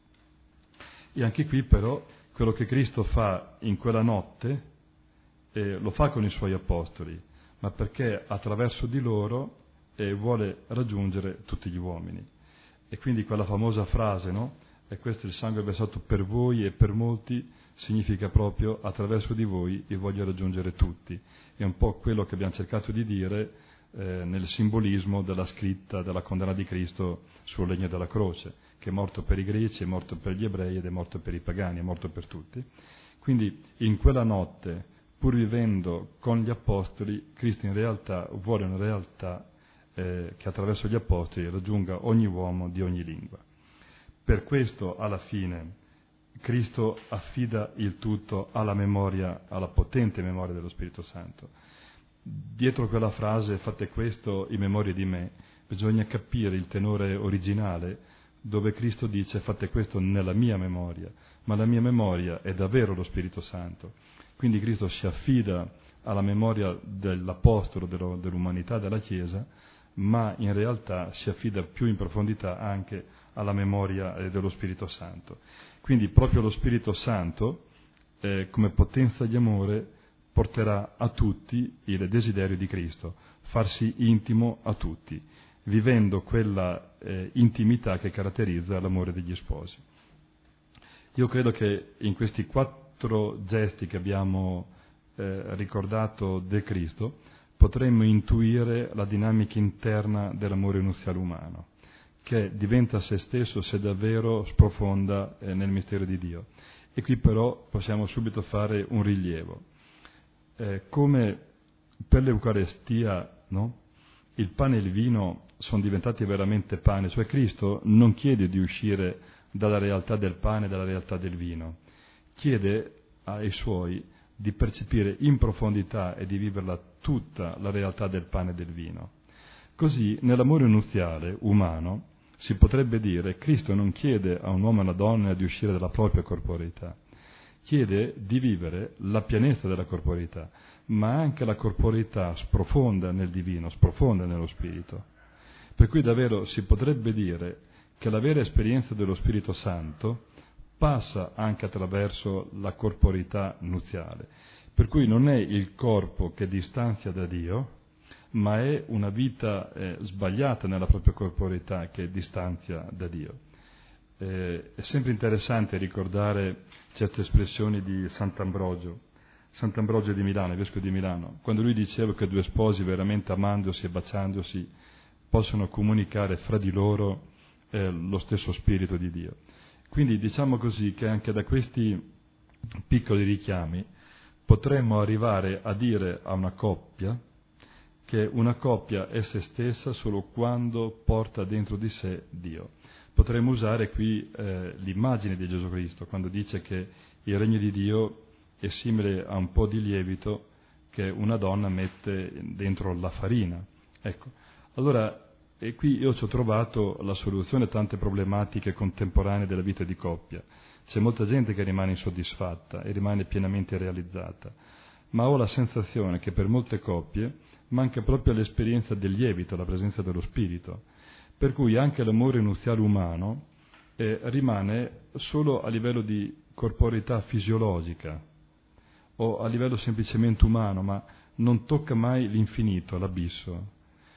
E anche qui però quello che Cristo fa in quella notte lo fa con i suoi apostoli, ma perché attraverso di loro vuole raggiungere tutti gli uomini. E quindi quella famosa frase, no? E questo è il sangue versato per voi e per molti, significa proprio: attraverso di voi io voglio raggiungere tutti. È un po' quello che abbiamo cercato di dire nel simbolismo della scritta della condanna di Cristo sul legno della croce, che è morto per i greci, è morto per gli ebrei ed è morto per i pagani, è morto per tutti. Quindi in quella notte, pur vivendo con gli apostoli, Cristo in realtà vuole una realtà che attraverso gli apostoli raggiunga ogni uomo di ogni lingua. Per questo, alla fine, Cristo affida il tutto alla memoria, alla potente memoria dello Spirito Santo. Dietro quella frase: fate questo in memoria di me, bisogna capire il tenore originale, dove Cristo dice: fate questo nella mia memoria, ma la mia memoria è davvero lo Spirito Santo. Quindi Cristo si affida alla memoria dell'Apostolo, dell'umanità, della Chiesa, ma in realtà si affida più in profondità anche alla memoria dello Spirito Santo. Quindi proprio lo Spirito Santo, come potenza di amore, porterà a tutti il desiderio di Cristo, farsi intimo a tutti, vivendo quella intimità che caratterizza l'amore degli sposi. Io credo che in questi 4 gesti che abbiamo ricordato del Cristo potremmo intuire la dinamica interna dell'amore nuziale umano, che diventa se stesso se davvero sprofonda nel mistero di Dio. E qui però possiamo subito fare un rilievo. Come per l'Eucarestia, no? Il pane e il vino sono diventati veramente pane, cioè Cristo non chiede di uscire dalla realtà del pane e dalla realtà del vino, chiede ai Suoi di percepire in profondità e di viverla tutta la realtà del pane e del vino. Così, nell'amore nuziale umano, si potrebbe dire Cristo non chiede a un uomo e a una donna di uscire dalla propria corporeità, chiede di vivere la pienezza della corporeità, ma anche la corporeità sprofonda nel divino, sprofonda nello Spirito. Per cui davvero si potrebbe dire che la vera esperienza dello Spirito Santo passa anche attraverso la corporeità nuziale, per cui non è il corpo che distanzia da Dio, ma è una vita sbagliata nella propria corporeità che distanzia da Dio. È sempre interessante ricordare certe espressioni di Sant'Ambrogio di Milano, il vescovo di Milano, quando lui diceva che 2 sposi veramente amandosi e baciandosi possono comunicare fra di loro lo stesso Spirito di Dio. Quindi diciamo così che anche da questi piccoli richiami potremmo arrivare a dire a una coppia che una coppia è se stessa solo quando porta dentro di sé Dio. Potremmo usare qui l'immagine di Gesù Cristo, quando dice che il regno di Dio è simile a un po' di lievito che una donna mette dentro la farina. Ecco, allora, e qui io ci ho trovato la soluzione a tante problematiche contemporanee della vita di coppia. C'è molta gente che rimane insoddisfatta e rimane pienamente realizzata, ma ho la sensazione che per molte coppie manca proprio l'esperienza del lievito, la presenza dello Spirito, per cui anche l'amore nuziale umano rimane solo a livello di corporeità fisiologica o a livello semplicemente umano, ma non tocca mai l'infinito, l'abisso.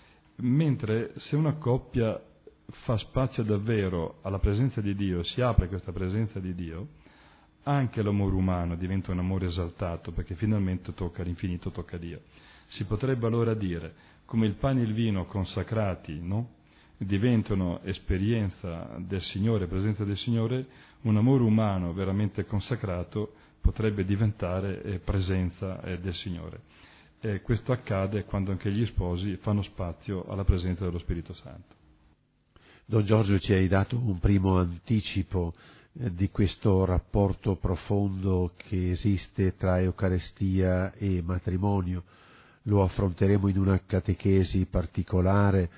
Mentre se una coppia fa spazio davvero alla presenza di Dio, si apre a questa presenza di Dio, anche l'amore umano diventa un amore esaltato, perché finalmente tocca l'infinito, tocca Dio. Si potrebbe allora dire, come il pane e il vino consacrati, no? Diventano esperienza del Signore, presenza del Signore, un amore umano veramente consacrato potrebbe diventare presenza del Signore. E questo accade quando anche gli sposi fanno spazio alla presenza dello Spirito Santo. Don Giorgio, ci hai dato un primo anticipo di questo rapporto profondo che esiste tra Eucaristia e matrimonio. Lo affronteremo in una catechesi particolare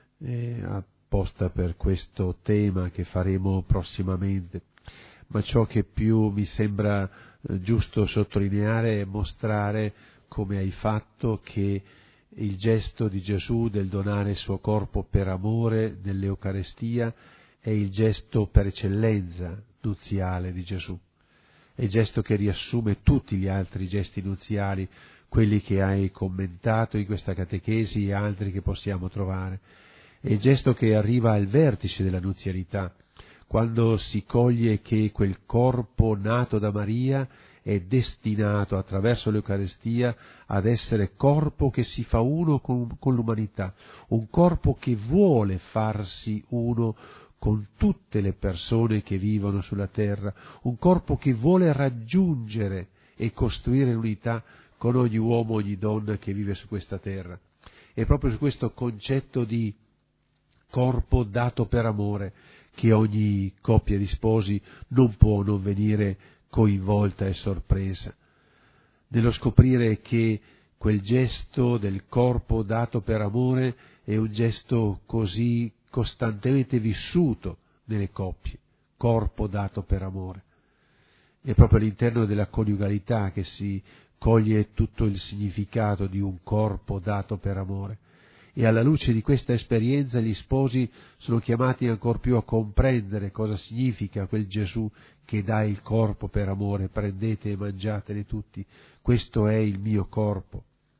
apposta per questo tema che faremo prossimamente. Ma ciò che più mi sembra giusto sottolineare e mostrare, come hai fatto, che il gesto di Gesù del donare il suo corpo per amore nell'Eucarestia è il gesto per eccellenza nuziale di Gesù. È il gesto che riassume tutti gli altri gesti nuziali, quelli che hai commentato in questa catechesi e altri che possiamo trovare. È il gesto che arriva al vertice della nuzialità, quando si coglie che quel corpo nato da Maria è destinato attraverso l'Eucarestia ad essere corpo che si fa uno con l'umanità, un corpo che vuole farsi uno con tutte le persone che vivono sulla terra, un corpo che vuole raggiungere e costruire l'unità con ogni uomo, ogni donna che vive su questa terra. È proprio su questo concetto di corpo dato per amore che ogni coppia di sposi non può non venire coinvolta e sorpresa, nello scoprire che quel gesto del corpo dato per amore è un gesto così costantemente vissuto nelle coppie, corpo dato per amore. È proprio all'interno della coniugalità che si coglie tutto il significato di un corpo dato per amore. E alla luce di questa esperienza gli sposi sono chiamati ancor più a comprendere cosa significa quel Gesù che dà il corpo per amore. Prendete e mangiatene tutti, questo è il mio corpo.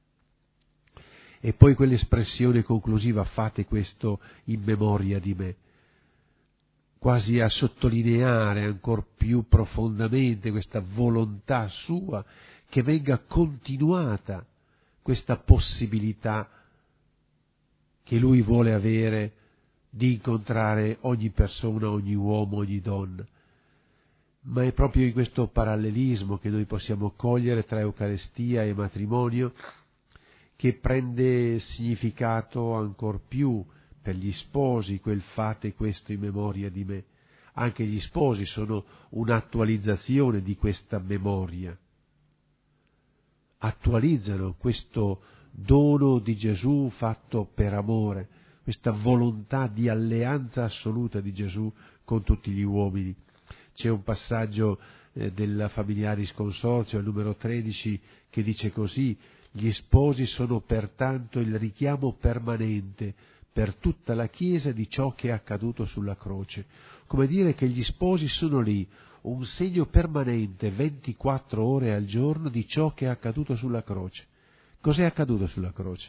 E poi quell'espressione conclusiva, fate questo in memoria di me, quasi a sottolineare ancor più profondamente questa volontà sua che venga continuata, questa possibilità che lui vuole avere di incontrare ogni persona, ogni uomo, ogni donna. Ma è proprio in questo parallelismo che noi possiamo cogliere tra Eucaristia e matrimonio che prende significato ancor più per gli sposi quel fate questo in memoria di me. Anche gli sposi sono un'attualizzazione di questa memoria. Attualizzano questo dono di Gesù fatto per amore, questa volontà di alleanza assoluta di Gesù con tutti gli uomini. C'è un passaggio della Familiaris Consortio, al numero 13, che dice così: gli sposi sono pertanto il richiamo permanente per tutta la Chiesa di ciò che è accaduto sulla croce. Come dire che gli sposi sono lì, un segno permanente 24 ore al giorno di ciò che è accaduto sulla croce. Cos'è accaduto sulla croce?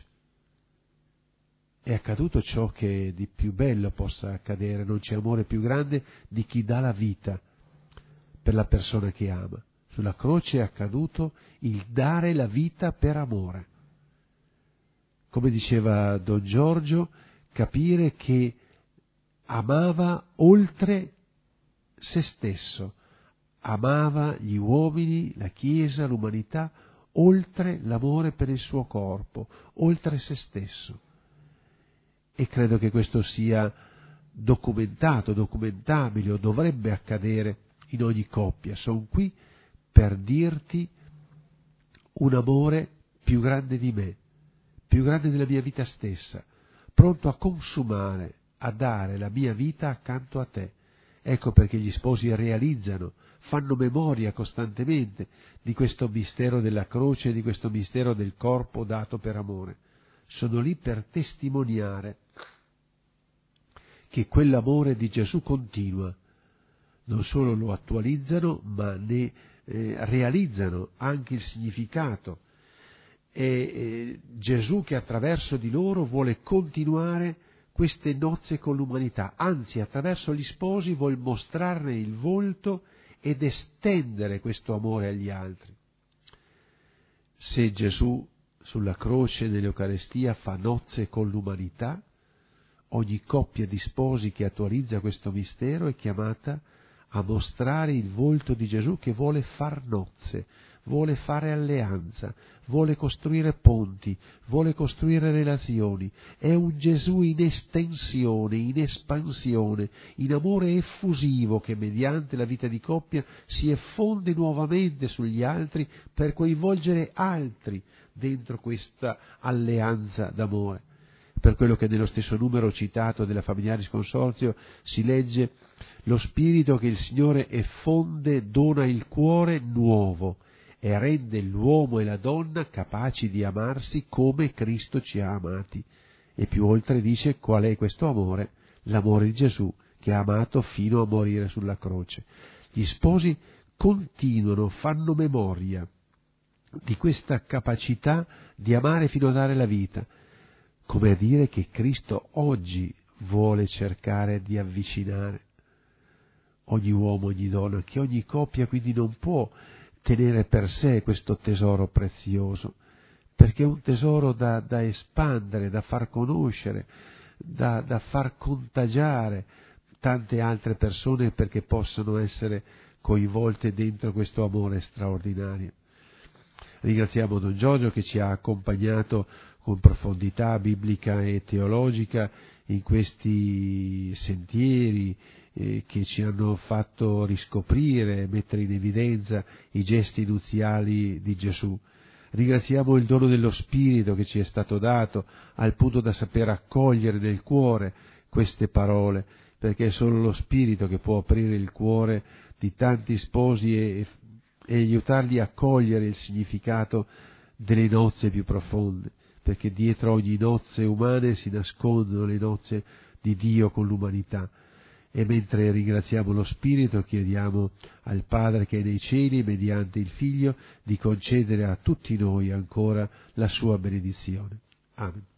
È accaduto ciò che di più bello possa accadere, non c'è amore più grande di chi dà la vita per la persona che ama. Sulla croce è accaduto il dare la vita per amore. Come diceva Don Giorgio, capire che amava oltre se stesso, amava gli uomini, la Chiesa, l'umanità, oltre l'amore per il suo corpo, oltre se stesso. E credo che questo sia documentato, documentabile, o dovrebbe accadere in ogni coppia. Sono qui per dirti un amore più grande di me, più grande della mia vita stessa, pronto a consumare, a dare la mia vita accanto a te. Ecco perché gli sposi realizzano, fanno memoria costantemente di questo mistero della croce, di questo mistero del corpo dato per amore. Sono lì per testimoniare che quell'amore di Gesù continua. Non solo lo attualizzano, ma ne realizzano anche il significato. È Gesù che attraverso di loro vuole continuare queste nozze con l'umanità, anzi attraverso gli sposi vuol mostrarne il volto ed estendere questo amore agli altri. Se Gesù sulla croce nell'Eucarestia fa nozze con l'umanità, ogni coppia di sposi che attualizza questo mistero è chiamata a mostrare il volto di Gesù che vuole far nozze, vuole fare alleanza, vuole costruire ponti, vuole costruire relazioni. È un Gesù in estensione, in espansione, in amore effusivo che mediante la vita di coppia si effonde nuovamente sugli altri per coinvolgere altri dentro questa alleanza d'amore. Per quello che nello stesso numero citato della Familiaris Consortio si legge: lo spirito che il Signore effonde dona il cuore nuovo e rende l'uomo e la donna capaci di amarsi come Cristo ci ha amati. E più oltre dice qual è questo amore? L'amore di Gesù che ha amato fino a morire sulla croce. Gli sposi continuano, fanno memoria di questa capacità di amare fino a dare la vita, come a dire che Cristo oggi vuole cercare di avvicinare ogni uomo, ogni donna, che ogni coppia quindi non può tenere per sé questo tesoro prezioso, perché è un tesoro da espandere, da far conoscere, da far contagiare tante altre persone perché possano essere coinvolte dentro questo amore straordinario. Ringraziamo Don Giorgio che ci ha accompagnato con profondità biblica e teologica in questi sentieri che ci hanno fatto riscoprire, mettere in evidenza i gesti nuziali di Gesù. Ringraziamo il dono dello Spirito che ci è stato dato al punto da saper accogliere nel cuore queste parole, perché è solo lo Spirito che può aprire il cuore di tanti sposi e aiutarli a cogliere il significato delle nozze più profonde, perché dietro ogni nozze umane si nascondono le nozze di Dio con l'umanità. E mentre ringraziamo lo Spirito, chiediamo al Padre che è nei cieli, mediante il Figlio, di concedere a tutti noi ancora la sua benedizione. Amen.